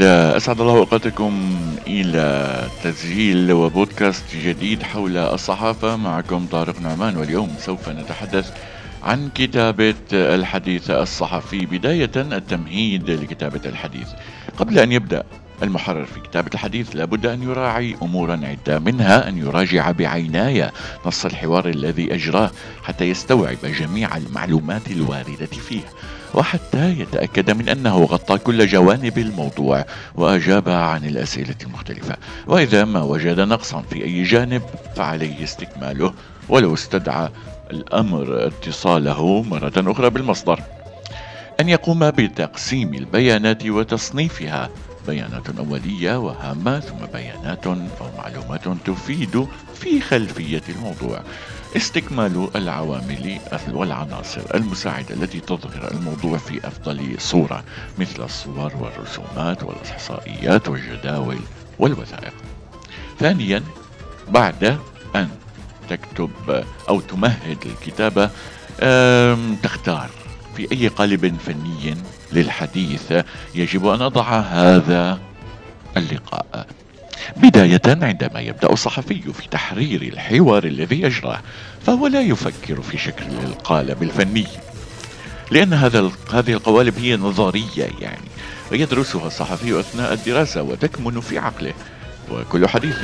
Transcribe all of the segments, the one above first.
أسعد الله أوقاتكم إلى تسجيل وبودكاست جديد حول الصحافة. معكم طارق نعمان، واليوم سوف نتحدث عن كتابة الحديث الصحفي. بداية التمهيد لكتابة الحديث. قبل أن يبدأ المحرر في كتابة الحديث لابد أن يراعي أمورا عدة، منها أن يراجع بعناية نص الحوار الذي أجراه حتى يستوعب جميع المعلومات الواردة فيه، وحتى يتأكد من أنه غطى كل جوانب الموضوع وأجاب عن الأسئلة المختلفة. وإذا ما وجد نقصا في أي جانب فعليه استكماله، ولو استدعى الأمر اتصاله مرة أخرى بالمصدر. أن يقوم بتقسيم البيانات وتصنيفها: بيانات أولية وهامة، ثم بيانات أو معلومات تفيد في خلفية الموضوع. استكمال العوامل والعناصر المساعدة التي تظهر الموضوع في أفضل صورة، مثل الصور والرسومات والإحصائيات والجداول والوثائق. ثانيا، بعد أن تكتب أو تمهد الكتابة، تختار في أي قالب فني للحديث يجب أن أضع هذا اللقاء. بداية، عندما يبدأ الصحفي في تحرير الحوار الذي يجراه، فهو لا يفكر في شكل القالب الفني، لأن هذه القوالب هي نظرية ويدرسها الصحفي أثناء الدراسة وتكمن في عقله، وكل حديث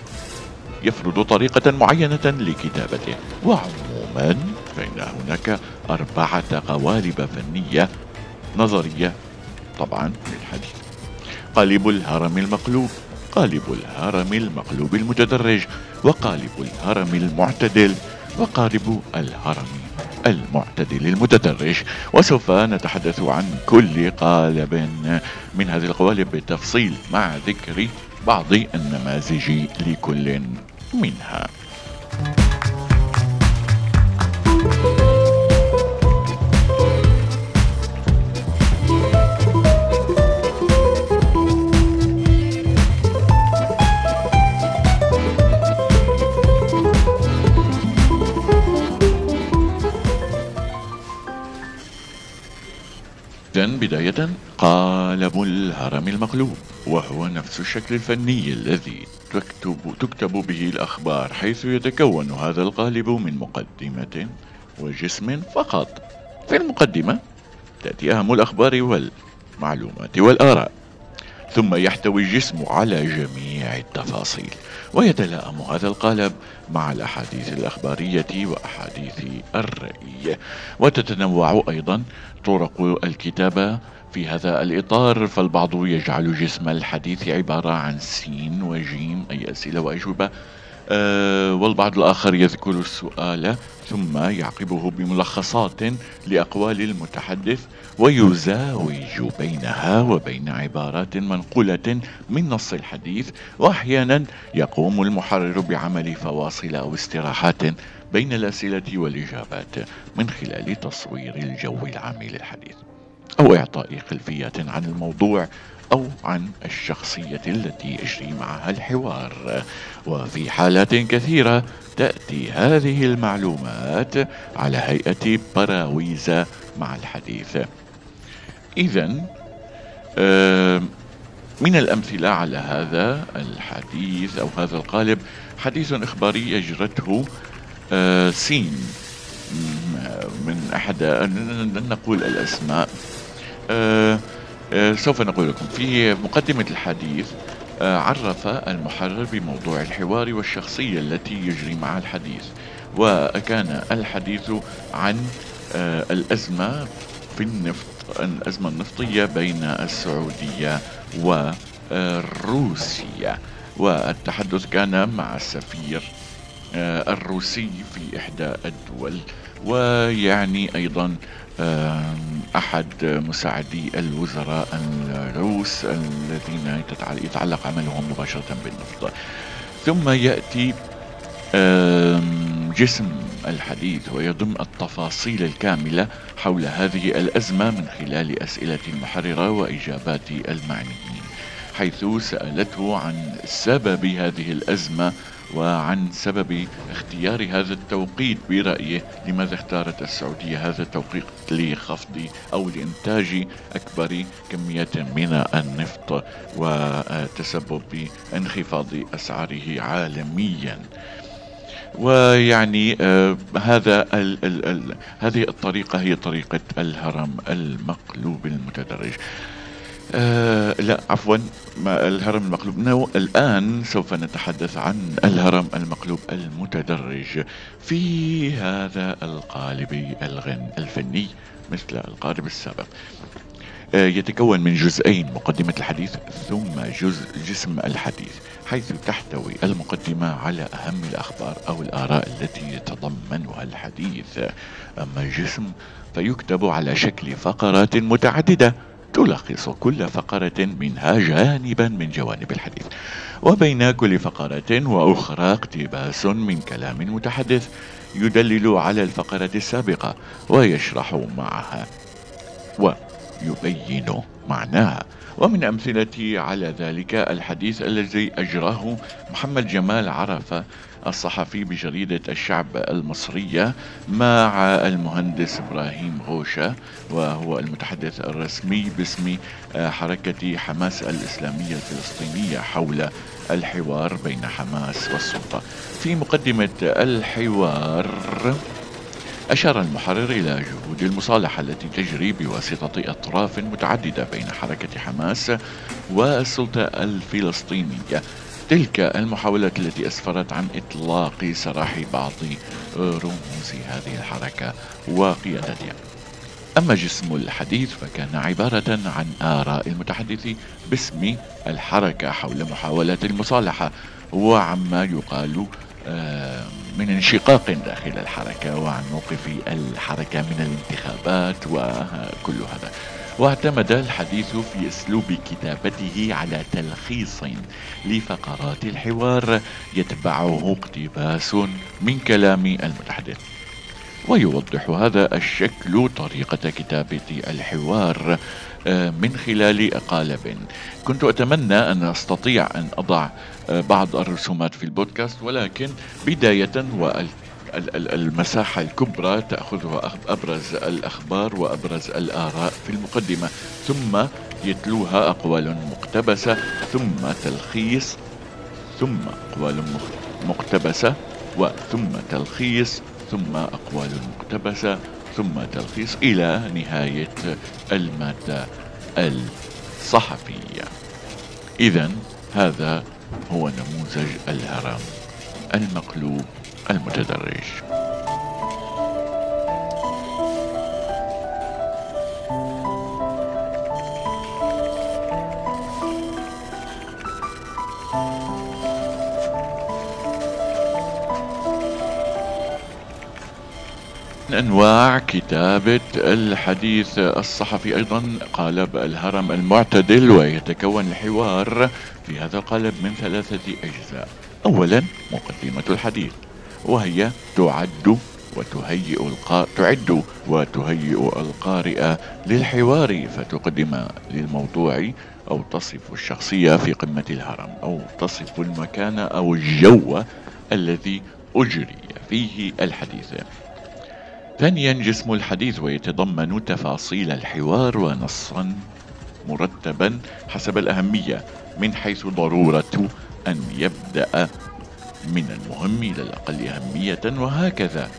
يفرض طريقة معينة لكتابته. وعموما فإن هناك 4 قوالب فنية نظرية طبعا للحديث: قالب الهرم المقلوب، قالب الهرم المقلوب المتدرج، وقالب الهرم المعتدل، وقالب الهرم المعتدل المتدرج. وسوف نتحدث عن كل قالب من هذه القوالب بالتفصيل، مع ذكر بعض النماذج لكل منها. إذن بداية، قالب الهرم المقلوب، وهو نفس الشكل الفني الذي تكتب به الأخبار، حيث يتكون هذا القالب من مقدمة وجسم فقط. في المقدمة تأتي أهم الأخبار والمعلومات والآراء، ثم يحتوي الجسم على جميع التفاصيل، ويتلائم هذا القالب مع الأحاديث الأخبارية وأحاديث الرأي. وتتنوع أيضا طرق الكتابة في هذا الإطار، فالبعض يجعل جسم الحديث عبارة عن سين وجيم، أي أسئلة وأجوبة، والبعض الآخر يذكر السؤال ثم يعقبه بملخصات لأقوال المتحدث، ويزاوج بينها وبين عبارات منقولة من نص الحديث. وأحيانا يقوم المحرر بعمل فواصل أو استراحات بين الأسئلة والإجابات من خلال تصوير الجو العام للحديث، أو إعطاء خلفية عن الموضوع أو عن الشخصية التي يجري معها الحوار. وفي حالات كثيرة تأتي هذه المعلومات على هيئة براويز مع الحديث. إذن من الأمثلة على هذا الحديث أو هذا القالب: حديث إخباري أجرته سين من أحد، لن نقول الأسماء، سوف نقول لكم. في مقدمة الحديث عرف المحرر بموضوع الحوار والشخصية التي يجري مع الحديث، وكان الحديث عن الأزمة في النفط، الأزمة النفطية بين السعودية وروسيا، والتحدث كان مع السفير الروسي في إحدى الدول، أيضا أحد مساعدي الوزراء الروس الذين يتعلق عملهم مباشرة بالنفط. ثم يأتي جسم الحديث ويضم التفاصيل الكاملة حول هذه الأزمة من خلال أسئلة المحررة وإجابات المعنيين، حيث سألته عن سبب هذه الأزمة وعن سبب اختيار هذا التوقيت برأيه. لماذا اختارت السعودية هذا التوقيت لخفض أو لإنتاج أكبر كمية من النفط وتسبب بانخفاض أسعاره عالميا. ويعني هذه الطريقة هي طريقة الهرم المقلوب المتدرج. لا عفوا، الهرم المقلوب الآن سوف نتحدث عن الهرم المقلوب المتدرج في هذا القالب الفني مثل القالب السابق. يتكون من جزئين: مقدمة الحديث ثم جسم الحديث، حيث تحتوي المقدمة على أهم الأخبار أو الآراء التي يتضمنها الحديث. أما الجسم فيكتب على شكل فقرات متعددة تلخص كل فقرة منها جانبا من جوانب الحديث، وبين كل فقرة وأخرى اقتباس من كلام المتحدث يدلل على الفقرة السابقة ويشرح معها ويبين معناها. ومن أمثلة على ذلك الحديث الذي أجراه محمد جمال عرفة الصحفي بجريدة الشعب المصرية مع المهندس إبراهيم غوشة، وهو المتحدث الرسمي باسم حركة حماس الإسلامية الفلسطينية، حول الحوار بين حماس والسلطة. في مقدمة الحوار أشار المحرر إلى جهود المصالحة التي تجري بواسطة أطراف متعددة بين حركة حماس والسلطة الفلسطينية. تلك المحاولات التي أسفرت عن إطلاق سراح بعض رموز هذه الحركة وقيادتها. أما جسم الحديث فكان عبارة عن آراء المتحدث باسم الحركة حول محاولات المصالحة وعما يقال من انشقاق داخل الحركة، وعن موقف الحركة من الانتخابات وكل هذا. واعتمد الحديث في أسلوب كتابته على تلخيص لفقرات الحوار يتبعه اقتباس من كلام المتحدث، ويوضح هذا الشكل طريقة كتابة الحوار من خلال قالب. كنت أتمنى أن أستطيع أن أضع بعض الرسومات في البودكاست، ولكن بداية المساحة الكبرى تأخذها أبرز الأخبار وأبرز الآراء في المقدمة، ثم يتلوها أقوال مقتبسة، ثم تلخيص، ثم أقوال مقتبسة، وثم تلخيص، ثم أقوال مقتبسة، ثم تلخيص، إلى نهاية المادة الصحفية. إذن هذا هو نموذج الهرم المقلوب المتدرج. من أنواع كتابة الحديث الصحفي أيضا قالب الهرم المعتدل، ويتكون الحوار في هذا القالب من 3 أجزاء. أولا مقدمة الحديث، وهي تعد وتهيئ القارئ للحوار، فتقدم للموضوع أو تصف الشخصية في قمة الهرم، أو تصف المكان أو الجو الذي أجري فيه الحديث. ثانيا جسم الحديث، ويتضمن تفاصيل الحوار ونصا مرتبا حسب الأهمية، من حيث ضرورة أن يبدأ من المهم إلى الأقل أهمية وهكذا.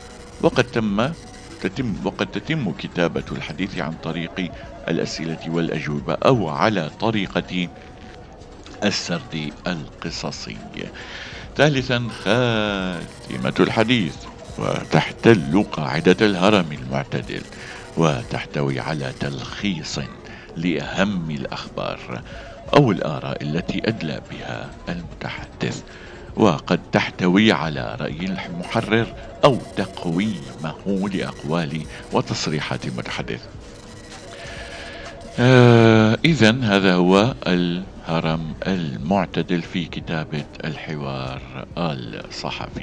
وقد تتم كتابة الحديث عن طريق الأسئلة والأجوبة، أو على طريقة السرد القصصي. ثالثا خاتمة الحديث، وتحتل قاعدة الهرم المعتدل، وتحتوي على تلخيص لأهم الأخبار أو الآراء التي أدلى بها المتحدث، وقد تحتوي على رأي المحرر أو تقويمه لأقوال وتصريحات المتحدث. إذن هذا هو الهرم المعتدل في كتابة الحوار الصحفي.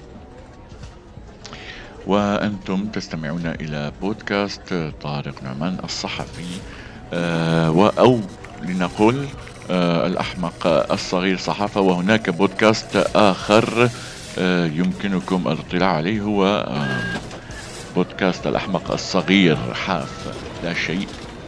وأنتم تستمعون إلى بودكاست طارق نعمان الصحفي، أو لنقول الأحمق الصغير صحافة، وهناك بودكاست آخر يمكنكم الاطلاع عليه، هو بودكاست الأحمق الصغير حاف لا شيء.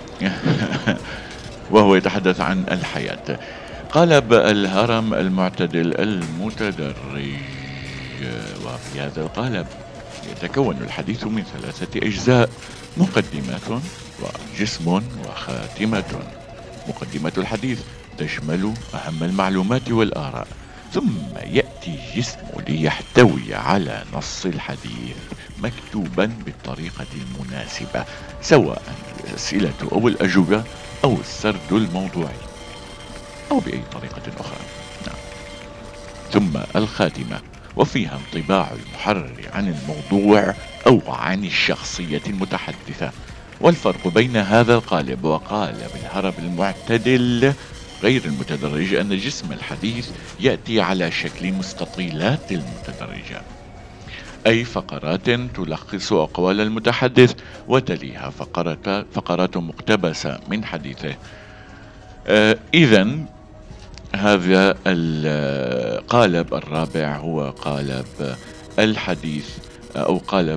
وهو يتحدث عن الحياة. قالب الهرم المعتدل المتدرج. وفي هذا القالب يتكون الحديث من 3 أجزاء: مقدمة وجسم وخاتمة. مقدمة الحديث تشمل أهم المعلومات والآراء، ثم يأتي الجسم ليحتوي على نص الحديث مكتوبا بالطريقة المناسبة، سواء الأسئلة أو الأجوبة أو السرد الموضوعي أو بأي طريقة أخرى. نعم. ثم الخاتمة، وفيها انطباع المحرر عن الموضوع أو عن الشخصية المتحدثة. والفرق بين هذا القالب وقالب الهرم المعتدل غير المتدرج أن جسم الحديث يأتي على شكل مستطيلات المتدرجة، أي فقرات تلخص أقوال المتحدث وتليها فقرات مقتبسة من حديثه. إذن هذا القالب الرابع هو قالب الحديث أو قالب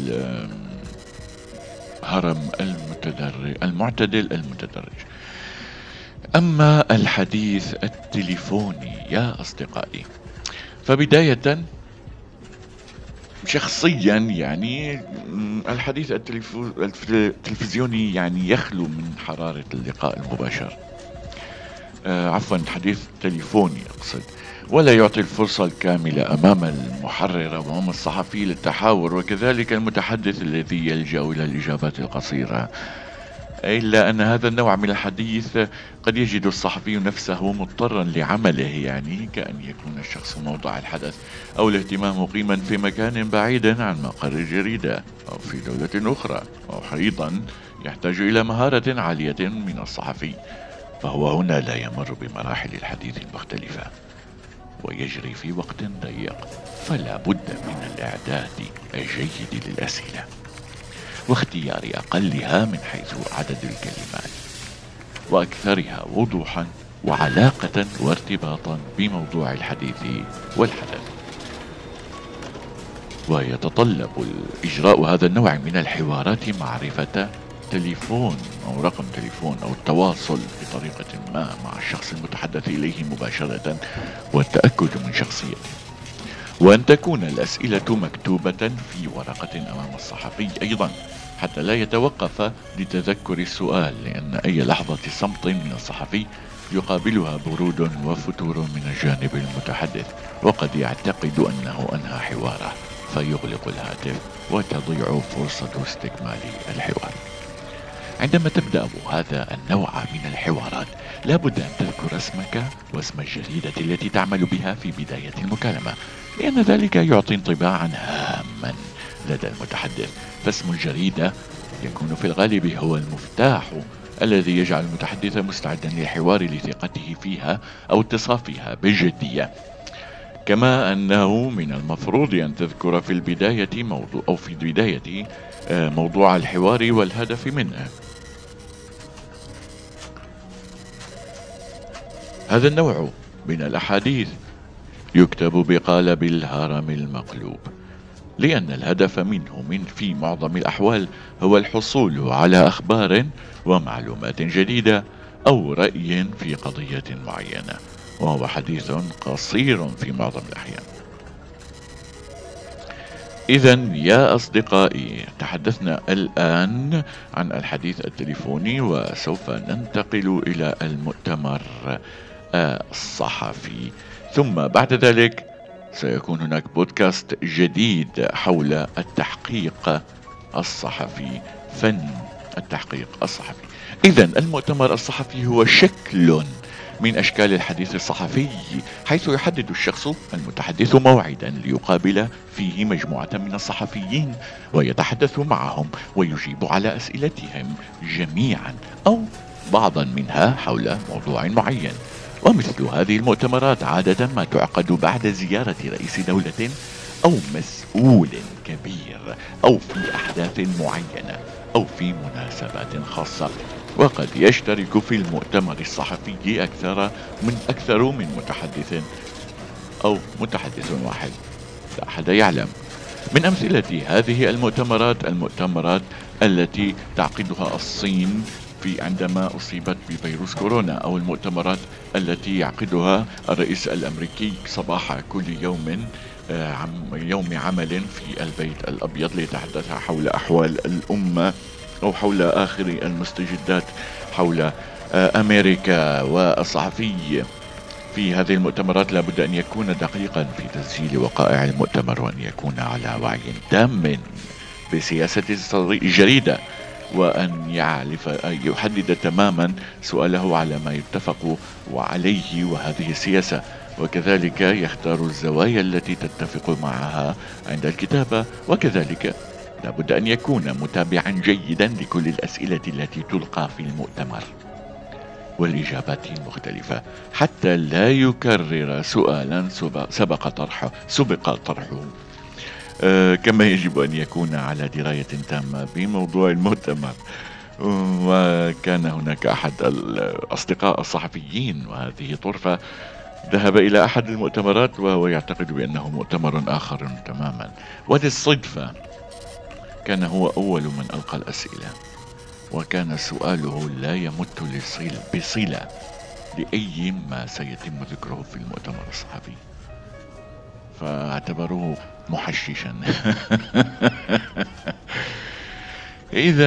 الهرم المعتدل المتدرج. أما الحديث التليفوني يا أصدقائي، فبداية شخصيا يعني الحديث التلفزيوني يعني يخلو من حرارة اللقاء المباشر. عفوا، حديث تليفوني أقصد، ولا يعطي الفرصة الكاملة أمام المحرر وأمام الصحفي للتحاور، وكذلك المتحدث الذي يلجأ إلى الإجابات القصيرة. إلا أن هذا النوع من الحديث قد يجد الصحفي نفسه مضطرا لعمله، يعني كأن يكون الشخص موضع الحدث أو الاهتمام مقيما في مكان بعيد عن مقر الجريدة أو في دولة أخرى، أو أيضا يحتاج إلى مهارة عالية من الصحفي، فهو هنا لا يمر بمراحل الحديث المختلفة ويجري في وقت ضيق، فلا بد من الإعداد الجيد للأسئلة واختيار أقلها من حيث عدد الكلمات وأكثرها وضوحا وعلاقة وارتباطا بموضوع الحديث والحدث. ويتطلب إجراء هذا النوع من الحوارات معرفة تليفون أو رقم تليفون أو التواصل بطريقة ما مع الشخص المتحدث إليه مباشرة والتأكد من شخصيته، وأن تكون الأسئلة مكتوبة في ورقة أمام الصحفي أيضا حتى لا يتوقف لتذكر السؤال، لأن أي لحظة صمت من الصحفي يقابلها برود وفتور من الجانب المتحدث، وقد يعتقد أنه أنهى حواره فيغلق الهاتف وتضيع فرصة استكمال الحوار. عندما تبدأ هذا النوع من الحوارات لابد أن تذكر اسمك واسم الجريدة التي تعمل بها في بداية المكالمة، لأن ذلك يعطي انطباعا هاما لدى المتحدث، فاسم الجريدة يكون في الغالب هو المفتاح الذي يجعل المتحدث مستعدا للحوار لثقته فيها أو اتصافها بالجدية. كما أنه من المفروض أن تذكر في البداية موضوع الحوار والهدف منه. هذا النوع من الأحاديث يكتب بقالب الهرم المقلوب، لأن الهدف منه في معظم الأحوال هو الحصول على أخبار ومعلومات جديدة أو رأي في قضية معينة، وهو حديث قصير في معظم الأحيان. إذن يا أصدقائي، تحدثنا الآن عن الحديث التليفوني، وسوف ننتقل إلى المؤتمر الصحفي، ثم بعد ذلك سيكون هناك بودكاست جديد حول التحقيق الصحفي، فن التحقيق الصحفي. إذن المؤتمر الصحفي هو شكل من أشكال الحديث الصحفي، حيث يحدد الشخص المتحدث موعدا ليقابل فيه مجموعة من الصحفيين ويتحدث معهم ويجيب على أسئلتهم جميعا أو بعضا منها حول موضوع معين. ومثل هذه المؤتمرات عادة ما تعقد بعد زيارة رئيس دولة أو مسؤول كبير، أو في أحداث معينة، أو في مناسبات خاصة، وقد يشترك في المؤتمر الصحفي أكثر من متحدث أو متحدث واحد، لا أحد يعلم. من أمثلة هذه المؤتمرات التي تعقدها الصين عندما أصيبت بفيروس كورونا، أو المؤتمرات التي يعقدها الرئيس الأمريكي صباح كل يوم عمل في البيت الأبيض ليتحدث حول أحوال الأمة أو حول آخر المستجدات حول أمريكا. والصحفي في هذه المؤتمرات لابد أن يكون دقيقا في تسجيل وقائع المؤتمر، وأن يكون على وعي تام بسياسة الجريدة، وأن يحدد تماما سؤاله على ما يتفق عليه وهذه السياسة، وكذلك يختار الزوايا التي تتفق معها عند الكتابة. وكذلك لابد أن يكون متابعا جيدا لكل الأسئلة التي تلقى في المؤتمر والإجابات المختلفة، حتى لا يكرر سؤالا سبق طرحه. كما يجب أن يكون على دراية تامة بموضوع المؤتمر. وكان هناك أحد الأصدقاء الصحفيين، وهذه طرفة، ذهب إلى أحد المؤتمرات وهو يعتقد بأنه مؤتمر آخر تماما، وللصدفة كان هو أول من ألقى الأسئلة، وكان سؤاله لا يمت بصلة لأي ما سيتم ذكره في المؤتمر الصحفي، فاعتبروه محششا. إذا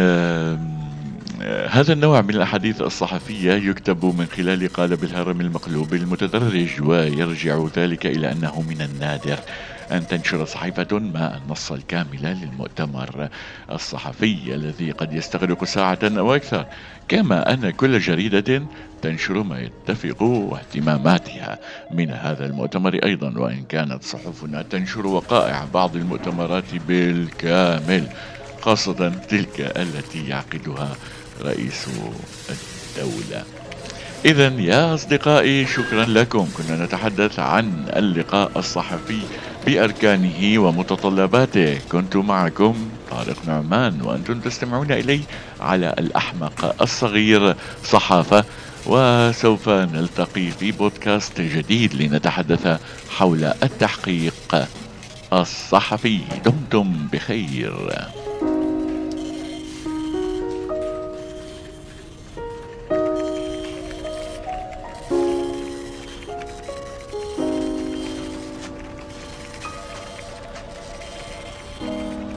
هذا النوع من الأحاديث الصحفية يكتب من خلال قالب الهرم المقلوب المتدرج، ويرجع ذلك إلى أنه من النادر أن تنشر صحيفة ما النص الكامل للمؤتمر الصحفي الذي قد يستغرق ساعة أو أكثر، كما أن كل جريدة تنشر ما يتفق واهتماماتها من هذا المؤتمر أيضا، وإن كانت صحفنا تنشر وقائع بعض المؤتمرات بالكامل، خاصة تلك التي يعقدها رئيس الدولة. إذا يا أصدقائي، شكرا لكم. كنا نتحدث عن اللقاء الصحفي بأركانه ومتطلباته. كنت معكم طارق نعمان، وأنتم تستمعون إلي على الأحمق الصغير صحافة، وسوف نلتقي في بودكاست جديد لنتحدث حول التحقيق الصحفي. دمتم بخير.